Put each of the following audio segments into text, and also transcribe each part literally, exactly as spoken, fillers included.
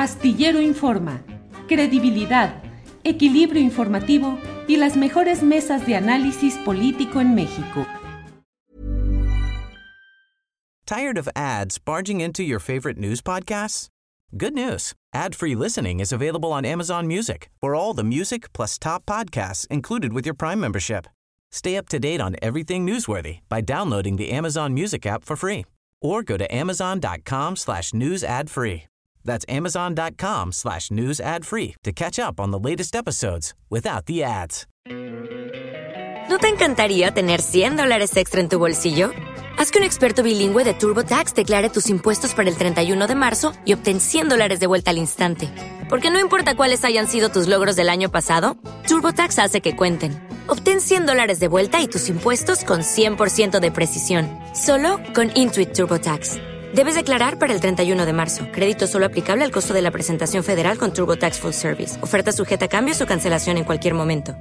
Astillero Informa, credibilidad, equilibrio informativo y las mejores mesas de análisis político en México. Tired of ads barging into your favorite news podcasts? Good news. Ad-free listening is available on Amazon Music for all the music plus top podcasts included with your Prime membership. Stay up to date on everything newsworthy by downloading the Amazon Music app for free or go to amazon.com slash news ad free. That's amazon.com slash news ad free to catch up on the latest episodes without the ads. ¿No te encantaría tener cien dólares extra en tu bolsillo? Haz que un experto bilingüe de TurboTax declare tus impuestos para el treinta y uno de marzo y obtén cien dólares de vuelta al instante. Porque no importa cuáles hayan sido tus logros del año pasado, TurboTax hace que cuenten. Obtén cien dólares de vuelta y tus impuestos con cien por ciento de precisión. Solo con Intuit TurboTax. Debes declarar para el treinta y uno de marzo. Crédito solo aplicable al costo de la presentación federal con TurboTax Full Service. Oferta sujeta a cambios o cancelación en cualquier momento.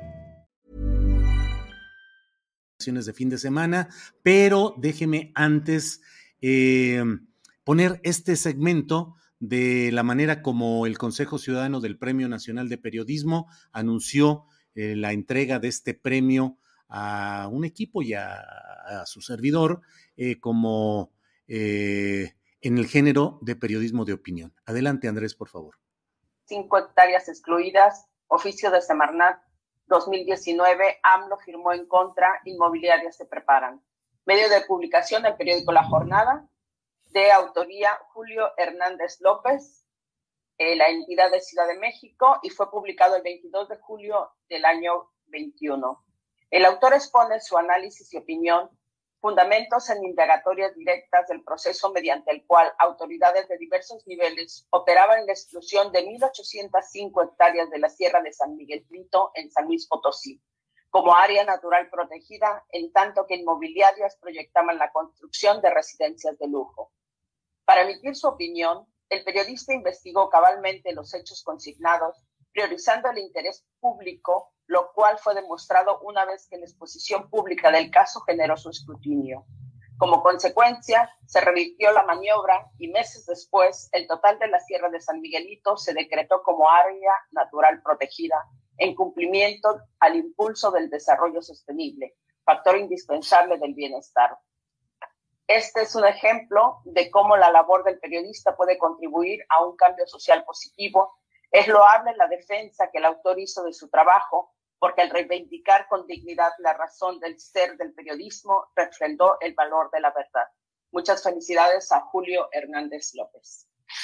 De fin de semana, pero déjeme antes eh, poner este segmento de la manera como el Consejo Ciudadano del Premio Nacional de Periodismo anunció eh, la entrega de este premio a un equipo y a, a su servidor eh, como eh, en el género de periodismo de opinión. Adelante, Andrés, por favor. Cinco hectáreas excluidas, oficio de Semarnat, dos mil diecinueve, AMLO firmó en contra, inmobiliarias se preparan. Medio de publicación del periódico La Jornada, de autoría Julio Hernández López, eh, la entidad de Ciudad de México, y fue publicado el veintidós de julio del año veintiuno. El autor expone su análisis y opinión, fundamentos en indagatorias directas del proceso mediante el cual autoridades de diversos niveles operaban la exclusión de mil ochocientas cinco hectáreas de la Sierra de San Miguelito en San Luis Potosí, como área natural protegida, en tanto que inmobiliarias proyectaban la construcción de residencias de lujo. Para emitir su opinión, el periodista investigó cabalmente los hechos consignados, priorizando el interés público, lo cual fue demostrado una vez que la exposición pública del caso generó su escrutinio. Como consecuencia, se revirtió la maniobra y meses después, el total de la Sierra de San Miguelito se decretó como área natural protegida, en cumplimiento al impulso del desarrollo sostenible, factor indispensable del bienestar. Este es un ejemplo de cómo la labor del periodista puede contribuir a un cambio social positivo. Es loable la defensa que el autor hizo de su trabajo, porque al reivindicar con dignidad la razón del ser del periodismo, refrendó el valor de la verdad. Muchas felicidades a Julio Hernández López.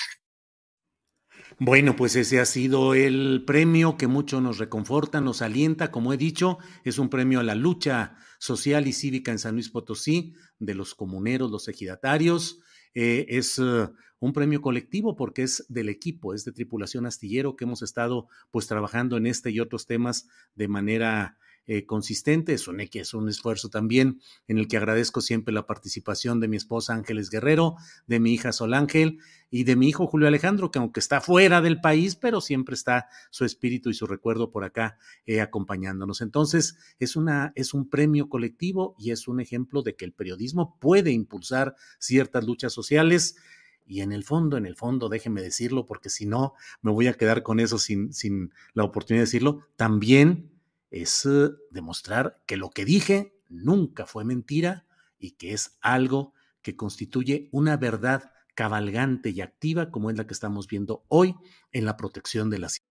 Bueno, pues ese ha sido el premio que mucho nos reconforta, nos alienta. Como he dicho, es un premio a la lucha social y cívica en San Luis Potosí, de los comuneros, los ejidatarios. Eh, es uh, un premio colectivo porque es del equipo, es de Tripulación Astillero, que hemos estado pues trabajando en este y otros temas de manera eh, consistente. Es un, es un esfuerzo también en el que agradezco siempre la participación de mi esposa Ángeles Guerrero, de mi hija Sol Ángel y de mi hijo Julio Alejandro, que aunque está fuera del país, pero siempre está su espíritu y su recuerdo por acá eh, acompañándonos. Entonces, es, una, es un premio colectivo y es un ejemplo de que el periodismo puede impulsar ciertas luchas sociales. Y en el fondo, en el fondo, déjeme decirlo, porque si no, me voy a quedar con eso sin, sin la oportunidad de decirlo, también es uh, demostrar que lo que dije nunca fue mentira y que es algo que constituye una verdad cabalgante y activa, como es la que estamos viendo hoy en la protección de la ciudad.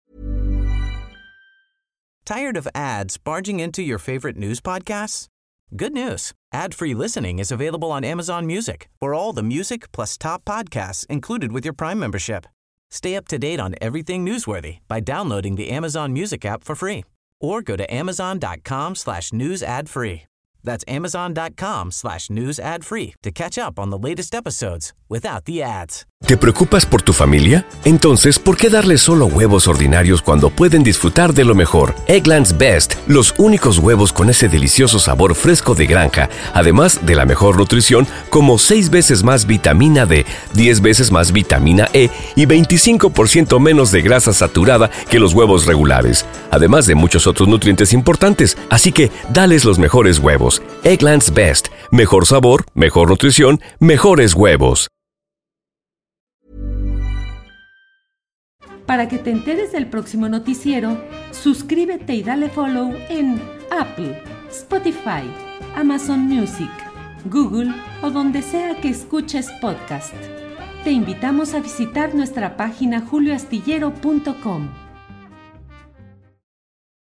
Tired of ads barging into your favorite news podcasts? Good news. Ad-free listening is available on Amazon Music for all the music plus top podcasts included with your Prime membership. Stay up to date on everything newsworthy by downloading the Amazon Music app for free or go to amazon.com slash news ad free. That's amazon.com slash news ad free to catch up on the latest episodes without the ads. ¿Te preocupas por tu familia? Entonces, ¿por qué darles solo huevos ordinarios cuando pueden disfrutar de lo mejor? Eggland's Best, los únicos huevos con ese delicioso sabor fresco de granja, además de la mejor nutrición, como seis veces más vitamina D, diez veces más vitamina E y veinticinco por ciento menos de grasa saturada que los huevos regulares, además de muchos otros nutrientes importantes. Así que, dales los mejores huevos. Eggland's Best, mejor sabor, mejor nutrición, mejores huevos. Para que te enteres del próximo noticiero, suscríbete y dale follow en Apple, Spotify, Amazon Music, Google o donde sea que escuches podcast. Te invitamos a visitar nuestra página julio astillero punto com.